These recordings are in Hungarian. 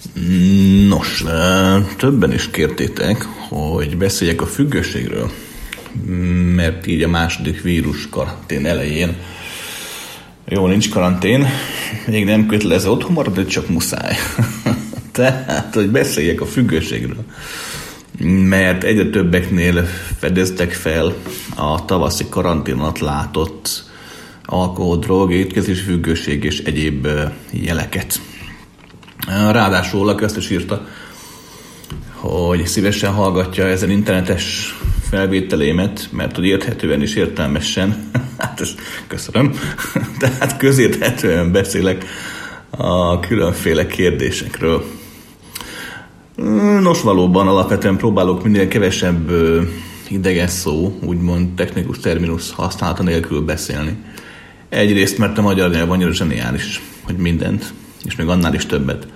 Nos, többen is kértétek, hogy beszéljek a függőségről, mert így a második vírus karantén elején, jó, nincs karantén, még nem kötelező otthon maradni, csak muszáj. Tehát, hogy beszéljek a függőségről, mert egyre többeknél fedeztek fel a tavaszi karantén alatt látott alkohol, drog, étkezési függőség és egyéb jeleket. Ráadásul valaki azt is írta, hogy szívesen hallgatja ezen internetes felvételémet, mert hogy érthetően és értelmesen, hát ezt köszönöm, tehát közérthetően beszélek a különféle kérdésekről. Nos, valóban alapvetően próbálok minél kevesebb idegen szó, úgymond technikus terminus használata nélkül beszélni. Egyrészt, mert a magyar nyelv annyira zseniális, hogy mindent, és még annál is többet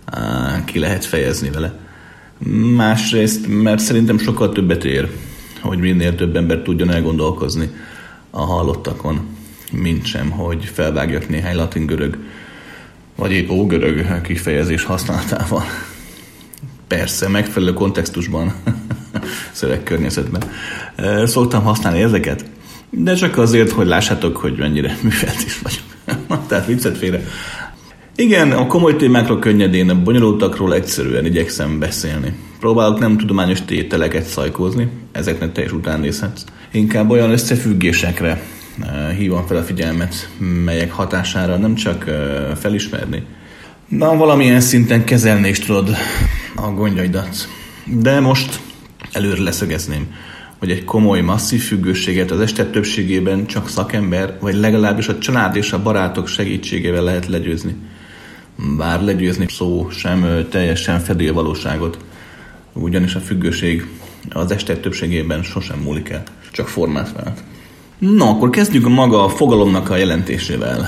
ki lehet fejezni vele. Másrészt, mert szerintem sokkal többet ér, hogy minél több ember tudjon elgondolkozni a hallottakon, mint sem, hogy felvágjak néhány latin-görög, vagy épp ógörög kifejezés használatával. Persze, megfelelő kontextusban, szövegkörnyezetben szoktam használni ezeket, de csak azért, hogy lássátok, hogy mennyire művelt is vagyok. Tehát viccet félre. Igen, a komoly témákról könnyedén, a bonyolultakról egyszerűen igyekszem beszélni. Próbálok nem tudományos tételeket szajkózni, ezeknek te is utánnézhetsz. Inkább olyan összefüggésekre hívom fel a figyelmet, melyek hatására nem csak felismerni, de valamilyen szinten kezelni is tudod a gondjaidat. De most előre leszögezném, hogy egy komoly, masszív függőséget az esetek többségében csak szakember, vagy legalábbis a család és a barátok segítségével lehet legyőzni. Bár legyőzni szó sem teljesen fedi a valóságot, ugyanis a függőség az esetek többségében sosem múlik el, csak formát vált. Na, akkor kezdjük maga a fogalomnak a jelentésével.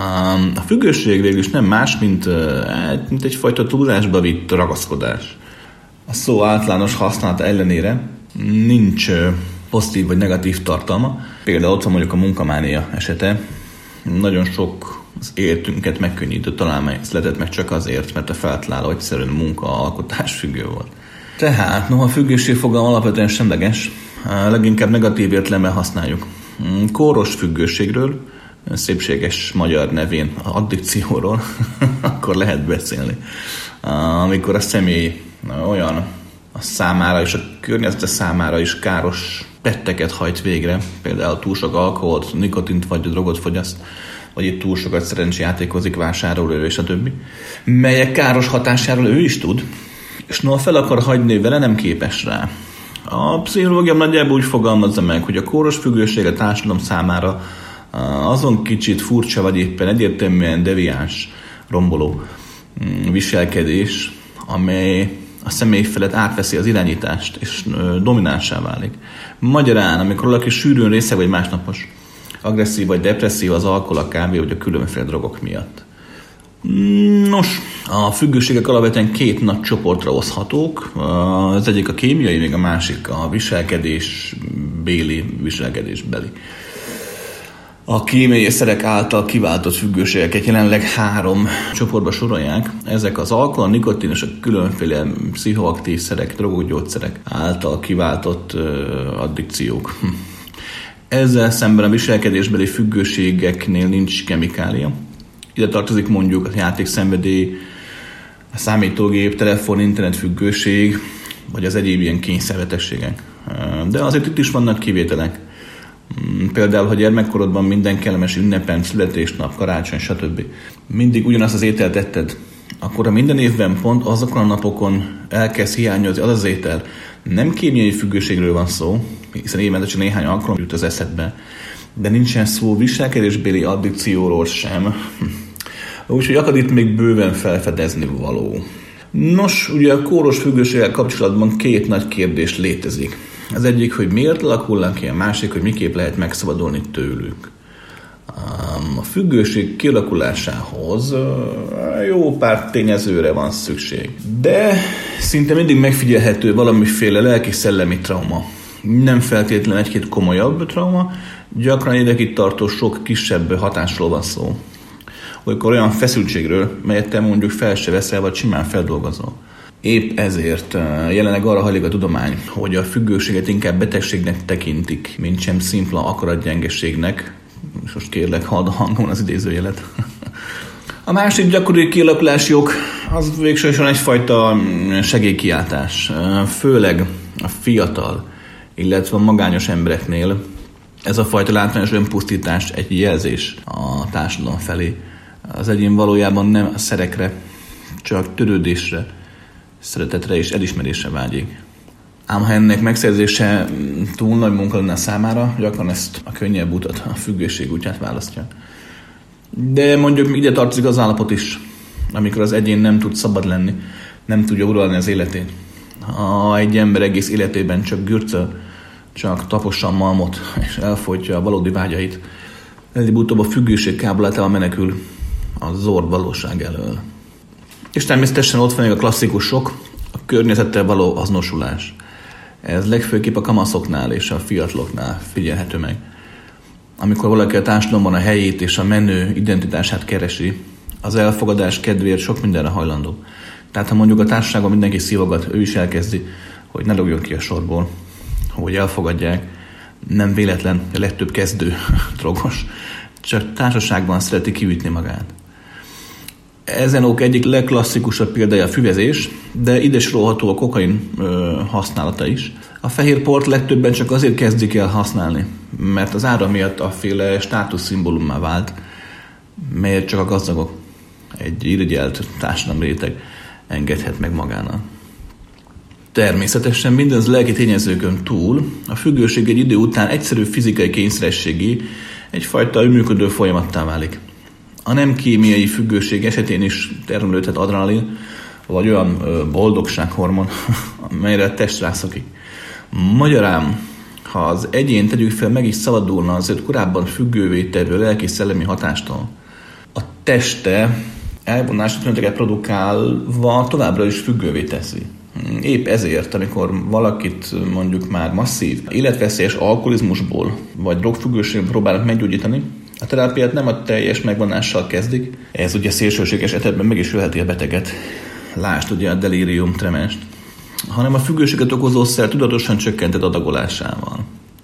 A függőség végül is nem más, mint egyfajta túlzásba vitt ragaszkodás. A szó általános használata ellenére nincs pozitív vagy negatív tartalma. Például ott van mondjuk a munkamánia esete. Nagyon sok az életünket megkönnyítő találmány született meg csak azért, mert a feltaláló egyszerűen munka-alkotás függő volt. Tehát, a függőség fogalma alapvetően semleges, leginkább negatív értelemben használjuk. Kóros függőségről, szépséges magyar nevén addikcióról, akkor lehet beszélni. Amikor a személy olyan a számára és a környezete számára is káros tetteket hajt végre, például túl sok alkoholt, nikotint vagy drogot fogyaszt, vagy itt túl sokat szerencsejátékozik, vásárol és a többi, melyek káros hatásáról ő is tud, és ha fel akar hagyni, vele nem képes rá. A pszichológia nagyjából úgy fogalmazza meg, hogy a kóros függőség a társadalom számára azon kicsit furcsa, vagy éppen egyértelműen deviáns, romboló viselkedés, amely a személy felett átveszi az irányítást, és dominánsá válik. Magyarán, amikor valaki sűrűn részeg vagy másnapos, agresszív vagy depresszív az alkohol, a kávé vagy a különféle drogok miatt. Nos, a függőségek alapvetően két nagy csoportra oszthatók. Az egyik a kémiai, még a másik a viselkedésbeli. A kémiai szerek által kiváltott függőségeket jelenleg 3 csoportba sorolják. Ezek az alkohol, a nikotin és a különféle pszichoaktív szerek, drogok, gyógyszerek által kiváltott addikciók. Ezzel szemben a viselkedésbeli függőségeknél nincs kemikália. Ide tartozik mondjuk a játékszenvedély, a számítógép, telefon, internet függőség, vagy az egyéb ilyen kényszerbetegségek. De azért itt is vannak kivételek. Például, ha gyermekkorodban minden kellemes ünnepen, születésnap, karácsony, stb. Mindig ugyanazt az ételt etted, akkor a minden évben pont azokon a napokon elkezd hiányozni az étel. Nem kémiai függőségről van szó, hiszen évente csak néhány alkalom jut az eszedbe, de nincsen szó viselkedésbéli addikcióról sem. Úgyhogy akad itt még bőven felfedezni való. Nos, ugye a kóros függőséggel kapcsolatban 2 nagy kérdés létezik. Az egyik, hogy miért alakulnak ki, a másik, hogy miképp lehet megszabadulni tőlük. A függőség kialakulásához jó pár tényezőre van szükség. De szinte mindig megfigyelhető valamiféle lelki-szellemi trauma. Nem feltétlenül egy-két komolyabb trauma, gyakran évekig tartó sok kisebb hatásról van szó. olykor olyan feszültségről, melyet te mondjuk fel se veszel, vagy simán feldolgozol. Épp ezért jelenleg arra hajlik a tudomány, hogy a függőséget inkább betegségnek tekintik, mint sem szimpla akaratgyengeségnek. Most kérlek, halld a hangon az idézőjelet. A másik gyakori kialakulási ok az végsősorban egyfajta segélykiáltás. Főleg a fiatal, illetve a magányos embereknél ez a fajta látványos önpusztítás egy jelzés a társadalom felé. Az egyén valójában nem a szerekre, csak törődésre, szeretetre és elismerésre vágyik. Ám ha ennek megszerzése túl nagy munka lenne számára, gyakran ezt a könnyebb utat, a függőség útját választja. De mondjuk ide tartozik az állapot is, amikor az egyén nem tud szabad lenni, nem tudja uralni az életét. Ha egy ember egész életében csak gürcöl, csak tapossa a malmot, és elfolytja a valódi vágyait, előbb-utóbb a függőség kábulátával menekül a zord valóság elől. És természetesen ott van még a klasszikusok, a környezettel való azonosulás. Ez legfőképp a kamaszoknál és a fiataloknál figyelhető meg. Amikor valaki a társadalomban a helyét és a menő identitását keresi, az elfogadás kedvéért sok mindenre hajlandó. Tehát ha mondjuk a társaságban mindenki szívogat, ő is elkezdi, hogy ne lógjon ki a sorból, hogy elfogadják. Nem véletlen, a legtöbb kezdő drogos, csak társaságban szereti kiütni magát. Ezen ok egyik legklasszikusabb példája a füvezés, de ide sorolható a kokain használata is. A fehér port legtöbben csak azért kezdik el használni, mert az ára miatt a féle státuszszimbólummá vált, melyet csak a gazdagok, egy irigyelt társadalmi réteg engedhet meg magának. Természetesen mindez lelki tényezőkön túl a függőség egy idő után egyszerű fizikai kényszerességé, egyfajta működő folyamattá válik. A nem kémiai függőség esetén is termelődhet adrenalin, vagy olyan boldogsághormon, amelyre a test rászokik. Magyarán, ha az egyén tegyük fel meg is szabadulna azért korábban függővé tevő lelki-szellemi hatástól, a teste elvonási tüneteket produkálva továbbra is függővé teszi. Épp ezért, amikor valakit mondjuk már masszív, életveszélyes alkoholizmusból vagy drogfüggőségből próbálnak meggyógyítani, a terápiát nem a teljes megvonással kezdik, ez ugye szélsőséges esetben meg is ölheti a beteget, lásd ugye a delírium tremenst, hanem a függőséget okozó szer tudatosan csökkentett adagolásával.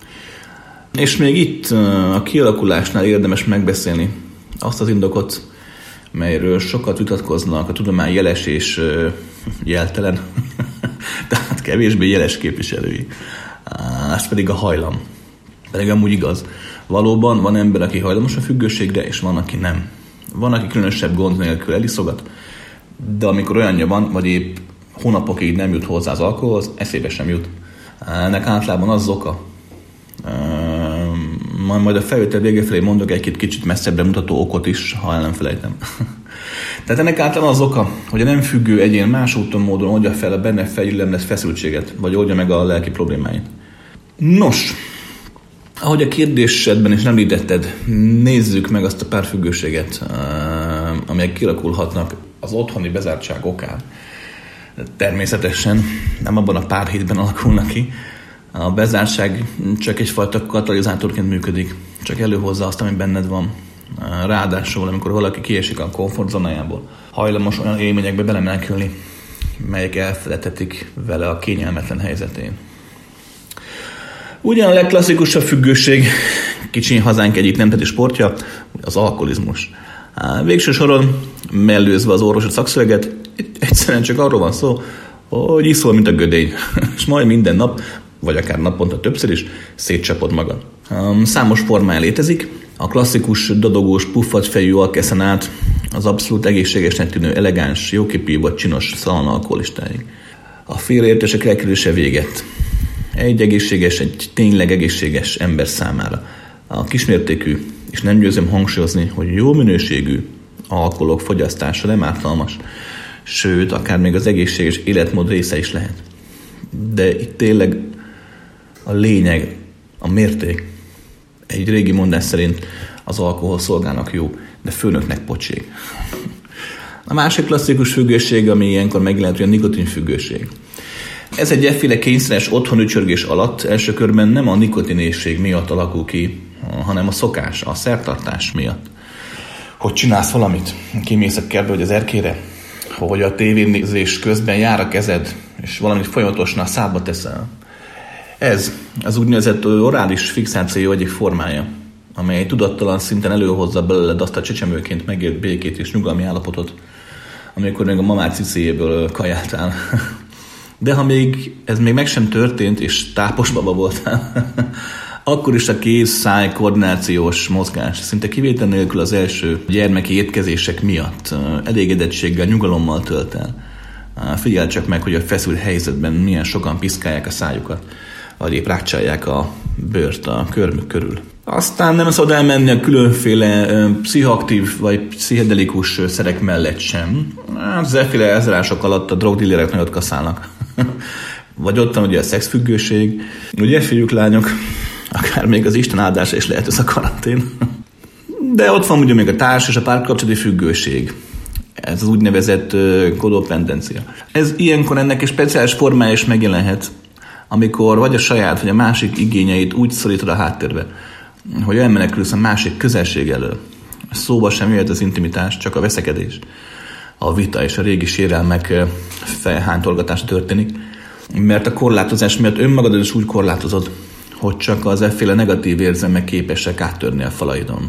És még itt a kialakulásnál érdemes megbeszélni azt az indokot, melyről sokat vitatkoznak a tudomány jeles és jeltelen, tehát kevésbé jeles képviselői. Ez pedig a hajlam. Pedig amúgy igaz. Valóban van ember, aki hajlamos a függőségre, és van, aki nem. Van, aki különösebb gond nélkül eliszogat, de amikor olyanja van, vagy épp hónapokig nem jut hozzá az alkoholhoz, eszébe sem jut. Ennek általában az oka. Majd a felvétel vége felé mondok egy kicsit messzebbre mutató okot is, ha el nem felejtem. Tehát ennek általában az oka, hogy a nem függő egyén más úton módon oldja fel a benne felgyülemlett feszültséget, vagy oldja meg a lelki problémáit. Nos, ahogy a kérdésedben is említetted, nézzük meg azt a pár függőséget, amelyek kialakulhatnak az otthoni bezártság okán. Természetesen nem abban a pár hétben alakulnak ki. A bezártság csak egyfajta katalizátorként működik, csak előhozza azt, ami benned van. Ráadásul, amikor valaki kiesik a komfortzónájából, hajlamos olyan élményekbe belemenekülni, melyek elfeledhetik vele a kényelmetlen helyzetén. Ugyan a legklasszikusabb függőség, kicsi hazánk egyik nemzeti sportja, az alkoholizmus. Végső soron, mellőzve az orvosi szakszöveget, egyszerűen csak arról van szó, hogy iszol, mint a gödény, és majd minden nap, vagy akár naponta többször is szétcsapod magad. Számos formája létezik, a klasszikus, dadogós, puffadt fejű alkeszen át az abszolút egészségesnek tűnő, elegáns, jóképű vagy csinos szalon alkoholistáig. A félreértések elkerülése véget. Egy tényleg egészséges ember számára. A kismértékű, és nem győzöm hangsúlyozni, hogy jó minőségű alkoholok fogyasztása nem ártalmas, sőt, akár még az egészséges életmód része is lehet. De itt tényleg a lényeg, a mérték. Egy régi mondás szerint az alkohol szolgának jó, de főnöknek pocség. A másik klasszikus függőség, ami ilyenkor megjelent, hogy a nikotinfüggőség. Ez egy efféle kényszeres otthonücsörgés alatt első körben nem a nikotinészség miatt alakul ki, hanem a szokás, a szertartás miatt. hogy csinálsz valamit, kimész a kertbe vagy az erkére, hogy a tévénézés közben jár a kezed, és valamit folyamatosan a szádba teszel. Ez az úgynevezett orális fixáció egyik formája, amely tudattalan szinten előhozza belőled azt a csecsemőként megélt békét és nyugalmi állapotot, amikor még a mamár cicéjéből kajáltál. De ha ez még meg sem történt, és tápos baba voltál, akkor is a kéz-száj koordinációs mozgás szinte kivétel nélkül az első gyermeki étkezések miatt elégedettséggel, nyugalommal tölt el. Figyelj csak meg, hogy a feszült helyzetben milyen sokan piszkálják a szájukat, vagy épp rákcsálják a bőrt a körmük körül. Aztán nem szabad elmenni a különféle pszichoaktív vagy pszichedelikus szerek mellett sem. Az efféle elzárások alatt a drogdillerek nagyot kaszálnak. Vagy ott van ugye a szexfüggőség. Ugye, fiúk, lányok, akár még az Isten áldása is lehet ez a karantén. De ott van ugye még a társ és a párkapcsolati függőség. Ez az úgynevezett kodependencia. Ez ilyenkor ennek egy speciális formája is megjelenhet, amikor vagy a saját, vagy a másik igényeit úgy szorítod a háttérbe, hogy elmenekülsz a másik közelség elől. Szóba sem jöhet az intimitás, csak a veszekedés. A vita és a régi sérelmek felhántolgatása történik, mert a korlátozás miatt önmagadat is úgy korlátozod, hogy csak az efféle negatív érzelmek képesek áttörni a falaidon.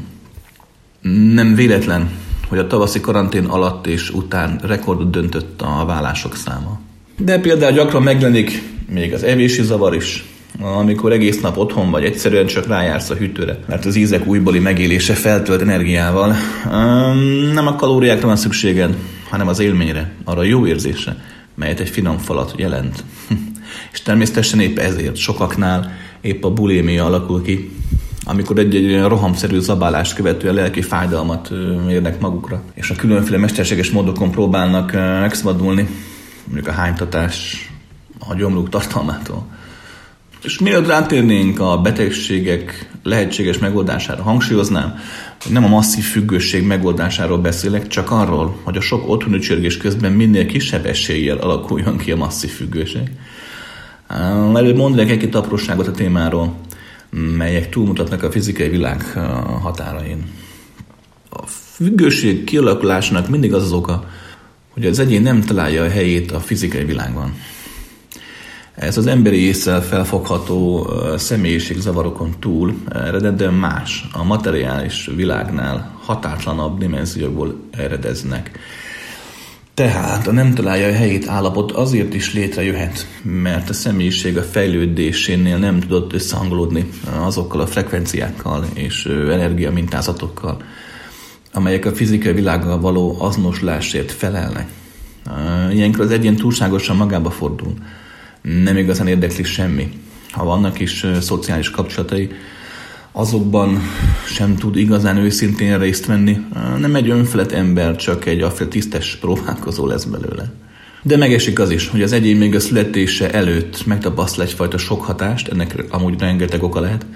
Nem véletlen, hogy a tavaszi karantén alatt és után rekordot döntött a vállások száma. De például gyakran megjelenik még az evési zavar is, amikor egész nap otthon vagy, egyszerűen csak rájársz a hűtőre, mert az ízek újbóli megélése feltölt energiával. Nem a kalóriákra van szükséged, hanem az élményre, arra a jó érzésre, melyet egy finom falat jelent. És természetesen épp ezért sokaknál épp a bulimia alakul ki, amikor egy rohamszerű zabálást követően lelki fájdalmat érnek magukra, és a különféle mesterséges módokon próbálnak megszabadulni, mondjuk a hánytatás, a gyomruk tartalmától. És mielőtt rátérnénk a betegségek lehetséges megoldására, hangsúlyoznám, hogy nem a masszív függőség megoldásáról beszélek, csak arról, hogy a sok otthoni csörgés közben minél kisebb eséllyel alakuljon ki a masszív függőség. Előbb mondanék egy-két apróságot a témáról, melyek túlmutatnak a fizikai világ határain. A függőség kialakulásának mindig az oka, hogy az egyén nem találja a helyét a fizikai világban. Ez az emberi ésszel felfogható személyiségzavarokon túl eredetben más, a materiális világnál hatátlanabb dimenziókból eredeznek. Tehát a nem találja a helyét állapot azért is létrejöhet, mert a személyiség a fejlődésénél nem tudott összehangolódni azokkal a frekvenciákkal és energiamintázatokkal, amelyek a fizikai világgal való azonosulásért felelnek. Ilyenkor az egyén túlságosan magába fordul. Nem igazán érdekli semmi. Ha vannak is szociális kapcsolatai, azokban sem tud igazán őszintén részt venni. Nem egy önfelett ember, csak egy afféle tisztes próbálkozó lesz belőle. De megesik az is, hogy az egyén még a születése előtt megtapasztal egyfajta sok hatást, ennek amúgy rengeteg oka lehet.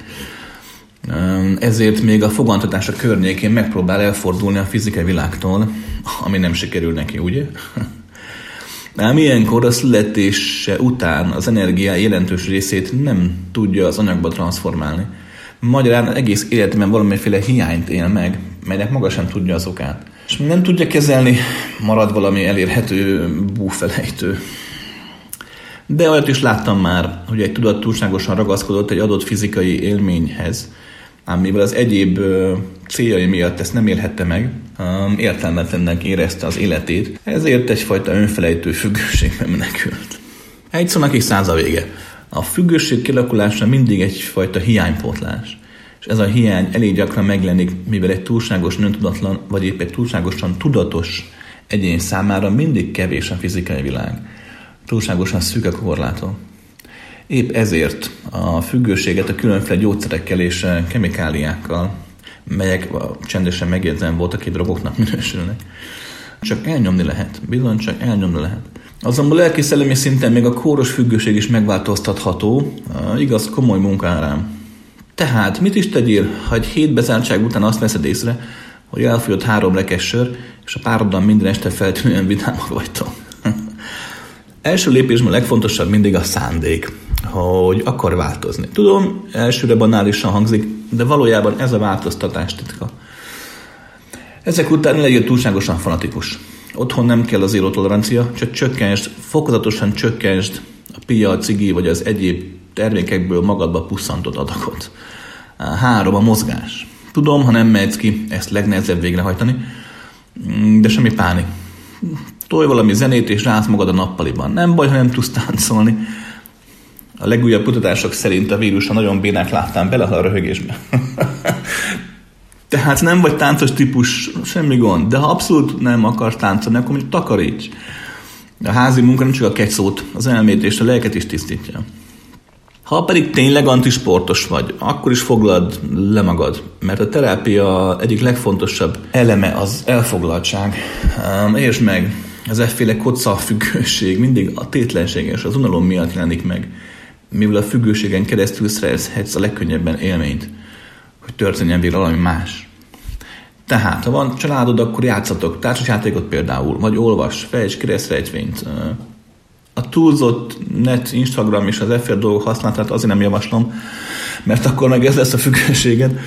Ezért még a fogantatása környékén megpróbál elfordulni a fizikai világtól, ami nem sikerül neki, ugye? Ám ilyenkor a születése után az energia jelentős részét nem tudja az anyagba transformálni. Magyarán egész életben valamiféle hiányt él meg, melynek maga sem tudja az okát. És nem tudja kezelni, marad valami elérhető búfelejtő. De olyat is láttam már, hogy egy tudat túlságosan ragaszkodott egy adott fizikai élményhez, ám mivel az egyéb céljai miatt ezt nem élhette meg, értelmetlennek érezte az életét, ezért egyfajta önfelejtő függőségben menekült. Egy szónak is 100 a vége. A függőség kialakulása mindig egyfajta hiánypótlás. És ez a hiány elég gyakran megjelenik, mivel egy túlságosan öntudatlan, vagy épp egy túlságosan tudatos egyén számára mindig kevés a fizikai világ. Túlságosan szűk a korlátok. Épp ezért a függőséget a különféle gyógyszerekkel és kemikáliákkal, melyek csendesen megjegyzem voltak egy drogoknak minősülnek, csak elnyomni lehet. Bizony csak elnyomni lehet. Azonban lelki-szellemi szinten még a kóros függőség is megváltoztatható, igaz, komoly munkárám. Tehát mit is tegyél, ha egy hét bezártság után azt veszed észre, hogy elfogyott 3 rekesz sör, és a pároddal minden este feltűnően vidámak vagytok? Első lépésben a legfontosabb mindig a szándék, hogy akar változni. Tudom, elsőre banálisan hangzik, de valójában ez a változtatás titka. Ezek után ne legyél túlságosan fanatikus. Otthon nem kell a zéró tolerancia, csak fokozatosan csökkentsd a pia, a cigi vagy az egyéb termékekből magadba pusszantott adagot. 3. A mozgás. Tudom, ha nem mehetsz ki, ezt legnehezebb végrehajtani, de semmi pánik. Tolj valami zenét és rász magad a nappaliban. Nem baj, ha nem tudsz táncolni. A legújabb kutatások szerint a vírusra nagyon bénák láttál bele a röhögésbe. Tehát nem vagy táncos típus, semmi gond, de ha abszolút nem akarsz táncolni, akkor mondjuk takaríts. A házi munka nem csak a kecót, az elmét és a lelket is tisztítja. Ha pedig tényleg antisportos vagy, akkor is foglald le magad, mert a terápia egyik legfontosabb eleme az elfoglaltság. Értsd meg, az efféle kocafüggőség mindig a tétlenség és az unalom miatt jelenik meg, mivel a függőségen keresztül szerezhetsz a legkönnyebben élményt, hogy történjen végre valami más. Tehát, ha van családod, akkor játszatok társasjátékot például, vagy olvas, fejtsd keresztrejtvényt. A túlzott net, Instagram és az efféle dolgok használatát azért nem javaslom, mert akkor meg ez lesz a függőséged.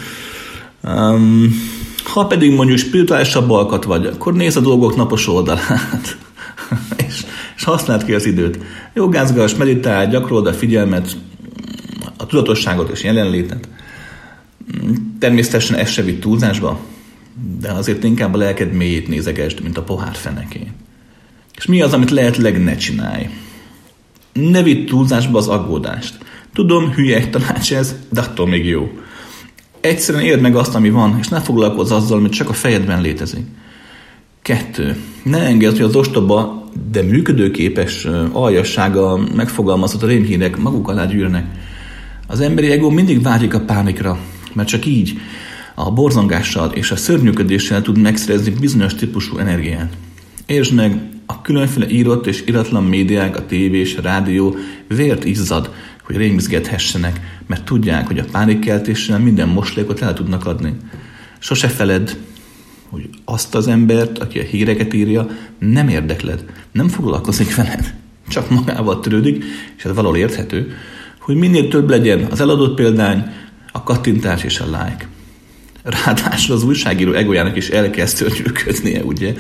Ha pedig mondjuk spirituálisabb alkat vagy, akkor nézd a dolgok napos oldalát, és használd ki az időt. Jogázgass, meditálj, gyakorold a figyelmet, a tudatosságot és jelenlétet. Természetesen ez se vitt túlzásba, de azért inkább a lelked mélyét nézegesd, mint a pohár fenekén. És mi az, amit lehetőleg ne csinálj? Ne vidd túlzásba az aggódást. Tudom, hülye egy tanács ez, de attól még jó. Egyszerűen éld meg azt, ami van, és ne foglalkozz azzal, amit csak a fejedben létezik. 2. Ne engedd, hogy az ostoba, de működőképes aljassága megfogalmazott rémhírek maguk alá gyűrnek. Az emberi ego mindig vágyik a pánikra, mert csak így a borzongással és a szörnyűködéssel tud megszerezni bizonyos típusú energiát. Értsd meg, a különféle írott és iratlan médiák, a tévé és a rádió vért izzad, hogy rémizgethessenek, mert tudják, hogy a pánikkeltéssel minden moslékot el tudnak adni. Sose feledd, hogy azt az embert, aki a híreket írja, nem érdekled, nem foglalkozik veled, csak magával törődik, és ez valahol érthető, hogy minél több legyen az eladott példány, a kattintás és a like. Ráadásul az újságíró egojának is elkezd szörnyűködnie, ugye?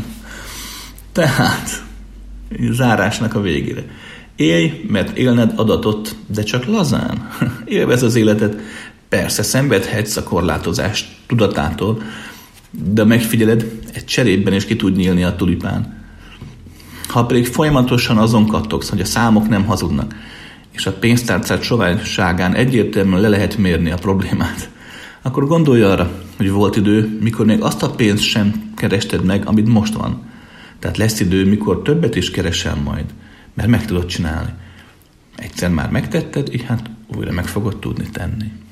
Tehát, zárásnak a végére. Élj, mert élned adatot, de csak lazán. Élvezd az életet. Persze szenvedhetsz a korlátozás tudatától, de megfigyeled, egy cserépben is ki tud nyílni a tulipán. Ha pedig folyamatosan azon kattogsz, hogy a számok nem hazudnak, és a pénztárcád soványságán egyértelműen le lehet mérni a problémát, akkor gondolj arra, hogy volt idő, mikor még azt a pénzt sem kerested meg, amit most van. Tehát lesz idő, mikor többet is keresel majd, mert meg tudod csinálni. Egyszer már megtetted, így hát újra meg fogod tudni tenni.